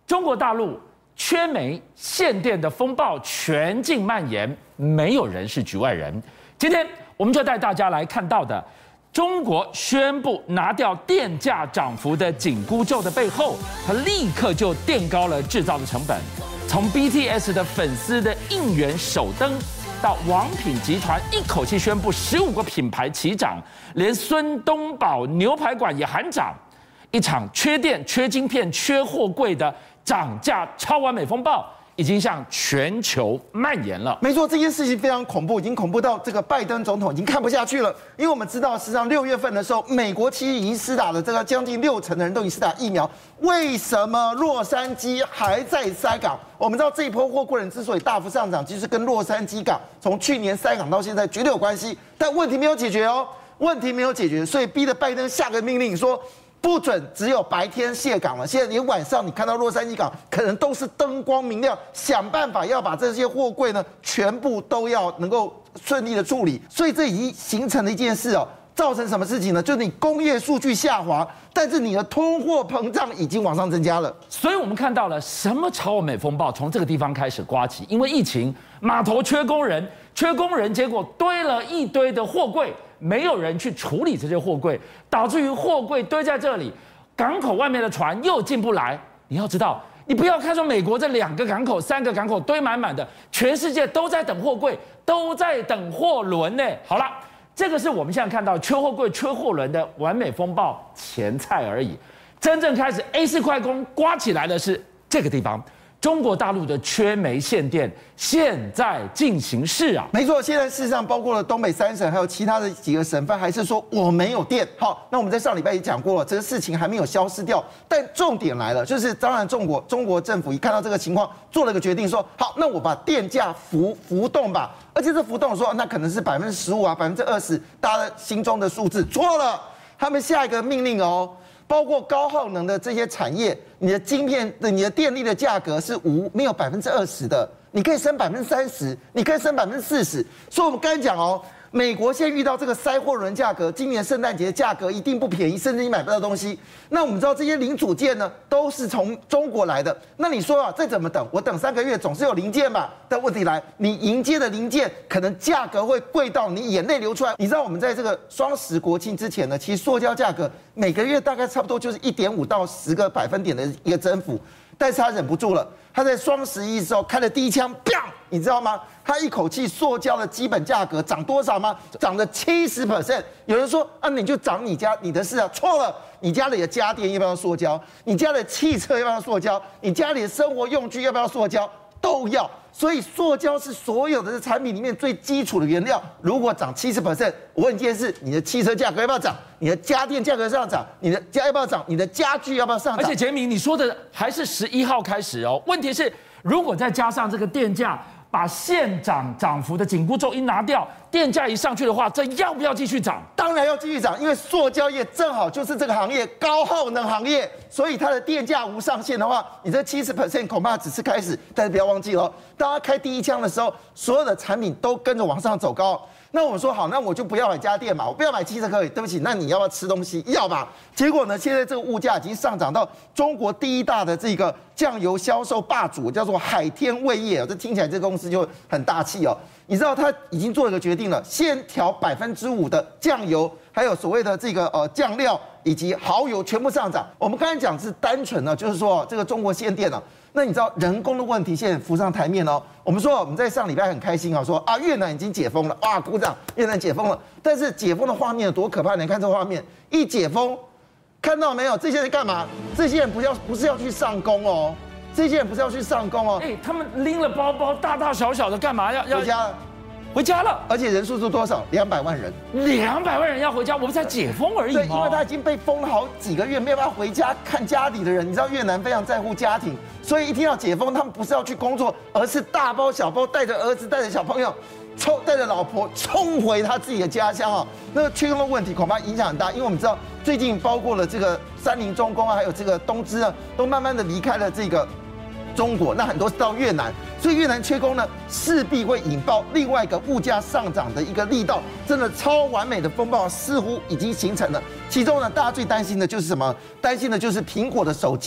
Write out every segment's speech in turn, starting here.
中国大陆缺煤限电的风暴全境蔓延，没有人是局外人。今天我们就带大家来看到的，中国宣布拿掉电价涨幅的紧箍咒的背后，它立刻就垫高了制造的成本。从 BTS 的粉丝的应援首登，到王品集团一口气宣布15个品牌齐涨，连孙东宝牛排馆也喊涨。一场缺电、缺晶片、缺货柜的涨价超完美风暴，已经向全球蔓延了。 没错，这件事情非常恐怖，已经恐怖到这个拜登总统已经看不下去了。因为我们知道，实际上6月份的时候，美国其实已经施打了这个将近60%的人都已经施打疫苗。为什么洛杉矶还在塞港？我们知道这一波货柜人之所以大幅上涨，其实跟洛杉矶港从去年塞港到现在绝对有关系。但问题没有解决哦，问题没有解决，所以逼得拜登下个命令说，不准只有白天卸港了，现在连晚上你看到洛杉矶港可能都是灯光明亮，想办法要把这些货柜呢全部都要能够顺利的处理，所以这已经形成了一件事哦，造成什么事情呢？就是你工业数据下滑，但是你的通货膨胀已经往上增加了。 所以我们看到了什么超完美风暴从这个地方开始刮起，因为疫情，码头缺工人，结果堆了一堆的货柜。没有人去处理这些货柜，导致于货柜堆在这里，港口外面的船又进不来。你要知道，你不要看说美国这2个港口、3个港口堆满满的，全世界都在等货柜，都在等货轮呢。好了，这个是我们现在看到缺货柜、缺货轮的完美风暴前菜而已。真正开始 A4快攻刮起来的是这个地方。中国大陆的缺煤限电现在进行式啊， 没错，现在事实上包括了东北3省，还有其他的几个省份，还是说我没有电。好，那我们在上礼拜也讲过了，这个事情还没有消失掉。但重点来了，就是当然中国政府一看到这个情况，做了个决定说，好，那我把电价浮动吧，而且这浮动说那可能是15%啊，20%，大家心中的数字错了，他们下一个命令哦。包括高耗能的这些产业，你的晶片、你的电力的价格是没有20%的，你可以升30%，你可以升40%。所以我们刚才讲哦，美国现在遇到这个塞货轮价格，今年圣诞节的价格一定不便宜，甚至你买不到东西。那我们知道这些零组件呢，都是从中国来的。那你说啊，再怎么等，我等3个月总是有零件吧？但问题来，你迎接的零件可能价格会贵到你眼泪流出来。你知道我们在这个双10国庆之前呢，其实塑胶价格每个月大概差不多就是1.5到10个百分点的一个增幅，但是他忍不住了，他在双11的时候开了第一枪，砰！你知道吗？他一口气塑胶的基本价格涨多少吗？涨了70%。有人说啊，你就涨你的事啊，错了。你家里的家电要不要塑胶？你家里的汽车要不要塑胶？你家里的生活用具要不要塑胶？都要。所以塑胶是所有的产品里面最基础的原料。如果涨70%，我问一件事：你的汽车价格要不要涨？你的家电价格上涨？你的家要不要涨？你的家具要不要上涨？ 而且杰明，你说的还是11号开始哦。问题是，如果再加上这个电价，把现涨幅的紧箍咒一拿掉，电价一上去的话，这要不要继续涨？ 当然要继续涨，因为塑胶业正好就是这个行业高耗能行业，所以它的电价无上限的话，你这70% 恐怕只是开始。但是不要忘记了，当他开第一枪的时候，所有的产品都跟着往上走高。那我们说好，那我就不要买家电嘛，我不要买汽车可以，对不起，那你要不要吃东西？要吧。结果呢，现在这个物价已经上涨到中国第一大的这个酱油销售霸主，叫做海天味业，这听起来这个公司就很大气哦。你知道他已经做了一个决定了，先调5%的酱油，还有所谓的这个酱料以及蚝油全部上涨。我们刚才讲是单纯呢，就是说这个中国限电了。那你知道人工的问题现在浮上台面哦。我们说我们在上礼拜很开心啊，说啊越南已经解封了，哇鼓掌，越南解封了。但是解封的画面有多可怕？你看这个画面，一解封，看到没有？这些人干嘛？这些人不是要去上工哦，这些人不是要去上工哦。 他们拎了包包，大大小小的干嘛？要回家了。 回家了， 而且人数是多少？200万人 ，200万人要回家，我们才解封而已嘛。 对，因为他已经被封了好几个月，没有办法回家看家里的人。你知道越南非常在乎家庭，所以一听到解封，他们不是要去工作，而是大包小包带着儿子、带着小朋友，带着老婆冲回他自己的家乡啊。那个缺工的问题恐怕影响很大，因为我们知道最近包括了这个三菱重工啊，还有这个东芝啊，都慢慢的离开了这个中国，那很多是到越南。所以越南缺工呢，势必会引爆另外一个物价上涨的一个力道，真的超完美的风暴似乎已经形成了。其中呢，大家最担心的就是什么？担心的就是苹果的手机。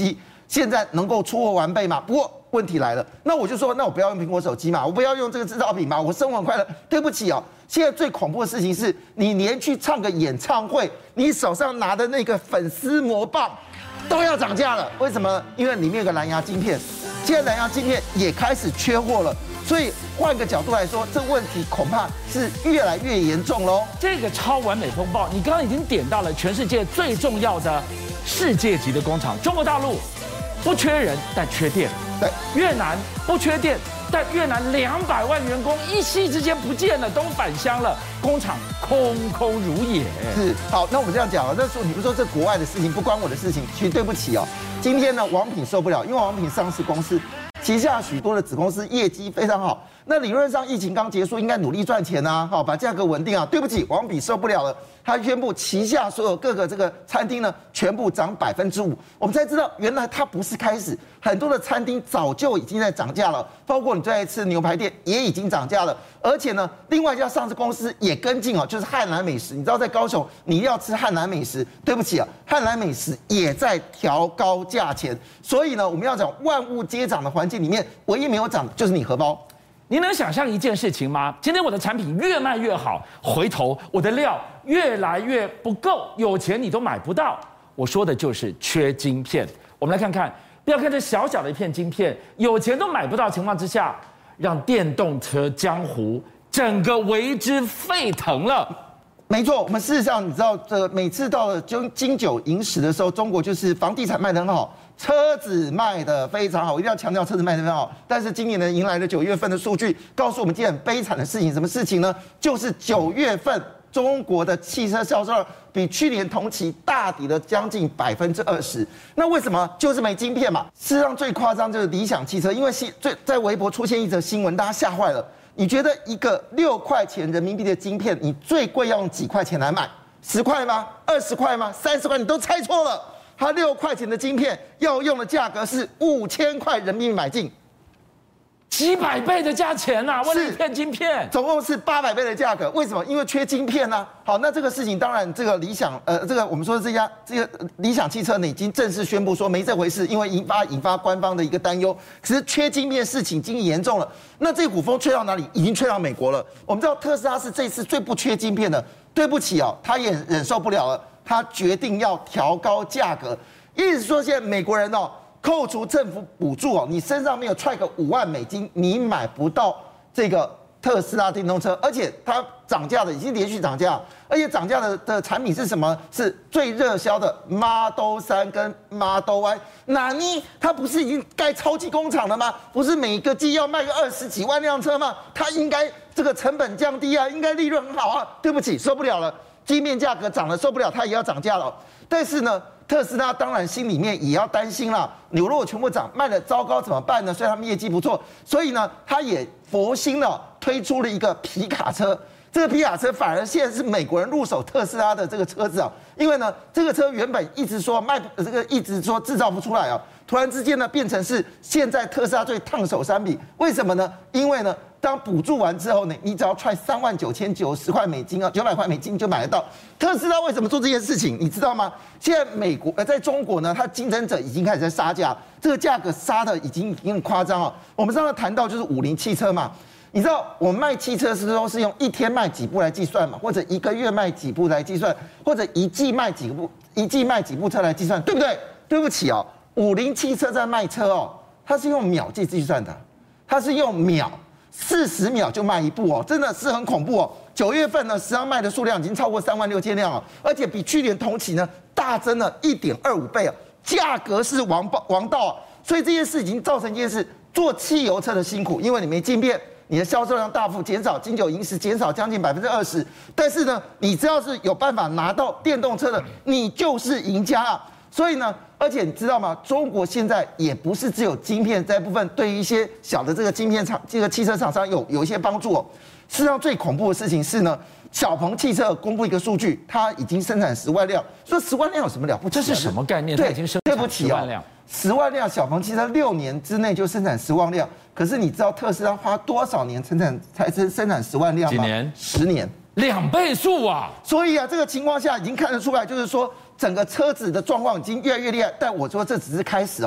现在能够出货完备吗？不过问题来了，那我就说，那我不要用苹果手机嘛，我不要用这个制造品嘛，我生活很快乐。对不起哦，现在最恐怖的事情是，你连去唱个演唱会，你手上拿的那个粉丝膜棒都要涨价了。为什么？因为里面有个蓝牙晶片，现在蓝牙晶片也开始缺货了。所以换个角度来说，这问题恐怕是越来越严重喽。 这个超完美风暴，你刚刚已经点到了全世界最重要的世界级的工厂。中国大陆不缺人，但缺电。 对， 越南不缺电，但越南200万员工一夕之间不见了，都返乡了，工厂空空如也。 是，好，那我们这样讲啊，那时候你不说这国外的事情不关我的事情，其实对不起哦。今天呢，王品受不了，因为王品上市公司旗下许多的子公司业绩非常好，那理论上疫情刚结束，应该努力赚钱啊，好把价格稳定啊。对不起，王品受不了了，他宣布旗下所有各个这个餐厅呢，全部涨5%。我们才知道，原来它不是开始，很多的餐厅早就已经在涨价了，包括你最爱吃的牛排店也已经涨价了。而且呢，另外一家上市公司也跟进哦，就是汉来美食。你知道在高雄，你要吃汉来美食，对不起啊，汉来美食也在调高价钱。所以呢，我们要讲万物皆涨的环境里面，唯一没有涨的就是你荷包。 你能想象一件事情吗？今天我的产品越卖越好，回头我的料越来越不够，有钱你都买不到。我说的就是缺晶片。我们来看看，不要看这小小的一片晶片，有钱都买不到的情况之下，让电动车江湖整个为之沸腾了。 没错，我们事实上你知道，每次到了金九银十的时候，中国就是房地产卖得很好，车子卖得非常好，我一定要强调车子卖得非常好。但是今年呢，迎来了9月份的数据，告诉我们一件很悲惨的事情，什么事情呢？就是9月份中国的汽车销售量比去年同期大跌了将近20%。那为什么？就是没晶片嘛。事实上最夸张就是理想汽车，因为在微博出现一则新闻，大家吓坏了。你觉得一个6块钱人民币的晶片，你最贵要用几块钱来买？10块吗？20块吗？30块？你都猜错了。它6块钱的晶片要用的价格是5000块人民币买进， 几百倍的价钱啊！为了一片晶片， 总共是800倍的价格。为什么？因为缺晶片啊。好，那这个事情当然，这个理想，这个我们说的这个理想汽车呢，已经正式宣布说没这回事，因为引发官方的一个担忧。可是缺晶片事情已经严重了。那这股风吹到哪里？已经吹到美国了。我们知道特斯拉是这次最不缺晶片的。对不起哦，他也忍受不了了，他决定要调高价格。意思说，现在美国人哦，扣除政府补助哦，你身上没有踹个5万美金，你买不到这个特斯拉电动车，而且它涨价的已经连续涨价，而且涨价的产品是什么？是最热销的 Model 3跟 Model Y。哪尼？它不是已经盖超级工厂了吗？不是每个季要卖个20几万辆车吗？它应该这个成本降低啊，应该利润很好啊。对不起，受不了了，晶片价格涨了，受不了，它也要涨价了。但是呢，特斯拉当然心里面也要担心了，你如果全部涨，卖的糟糕怎么办呢？虽然他们业绩不错，所以呢，他也佛心了推出了一个皮卡车。这个皮卡车反而现在是美国人入手特斯拉的这个车子啊，因为呢，这个车原本一直说一直说制造不出来啊，突然之间呢变成是现在特斯拉最烫手山芋。为什么呢？因为呢，当补助完之后呢，你只要踹39990块美金啊，900块美金就买得到。特斯拉为什么做这件事情？你知道吗？现在在中国呢，它竞争者已经开始在杀价，这个价格杀的已经很夸张啊。我们上次谈到就是50汽车嘛。你知道我们卖汽车是都是用1天卖几部来计算嘛，或者1个月卖几部来计算，或者一季卖几部车来计算，对不对？对不起哦，50汽车在卖车哦，它是用秒计算的，它是用秒，40秒就卖一部哦，真的是很恐怖哦。9月份呢，实际上卖的数量已经超过36000辆了，而且比去年同期呢大增了1.25倍啊，价格是王道啊。所以这件事已经造成一件事，做汽油车的辛苦，因为你没晶片。你的销售量大幅减少，金九银十减少将近20%。但是呢，你只要是有办法拿到电动车的，你就是赢家啊！所以呢，而且你知道吗？中国现在也不是只有晶片这部分，对于一些小的这个晶片厂、这个汽车厂商有一些帮助哦。事实上，最恐怖的事情是呢，小鹏汽车公布一个数据，它已经生产10万辆。说10万辆有什么了不起？ 这是什么概念？ 对， 它已经生产10万辆。 10万辆小鹏汽车6年之内就生产10万辆，可是你知道特斯拉花多少年才生产10万辆吗？ 几年 ？10年 ，2倍数啊！ 所以啊，这个情况下已经看得出来，就是说整个车子的状况已经越来越厉害。但我说这只是开始哦，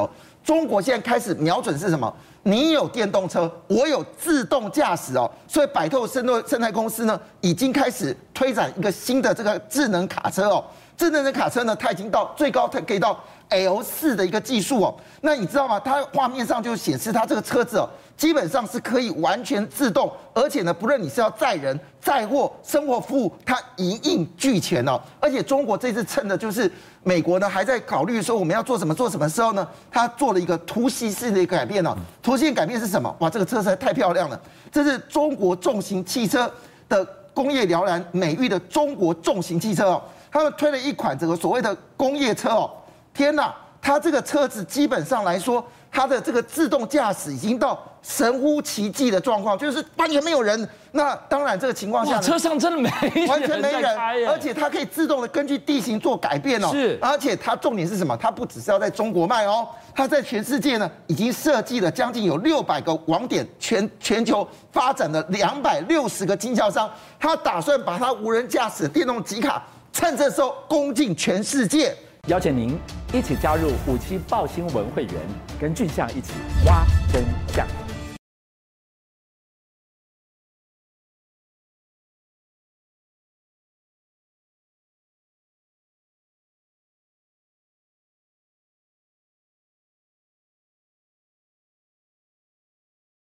中国现在开始瞄准是什么？你有电动车，我有自动驾驶哦，所以百透生态公司呢，已经开始推展一个新的这个智能卡车哦。智能的卡车呢，它已经到最高，它可以到 L4的一个技术哦。那你知道吗？它画面上就显示它这个车子哦，基本上是可以完全自动，而且呢，不论你是要载人、载货、生活服务，它一应俱全哦。而且中国这次趁的就是美国呢还在考虑说我们要做什么时候呢，它做了一个突袭式的一个改变哦。突袭改变是什么？哇，这个车实在太漂亮了！这是中国重型汽车的工业摇篮美誉的中国重型汽车哦。他们推了一款这个所谓的工业车哦，天哪！它这个车子基本上来说，它的这个自动驾驶已经到神乎其技的状况，就是完全没有人。那当然这个情况下， 车上真的没人， 完全没人，而且它可以自动的根据地形做改变哦。 是， 而且它重点是什么？它不只是要在中国卖哦，它在全世界呢已经设计了将近有600个网点，全球发展了260个经销商，它打算把它无人驾驶电动吉卡。趁这时候攻进全世界， 邀请您一起加入57爆新闻会员，跟俊相一起挖真相。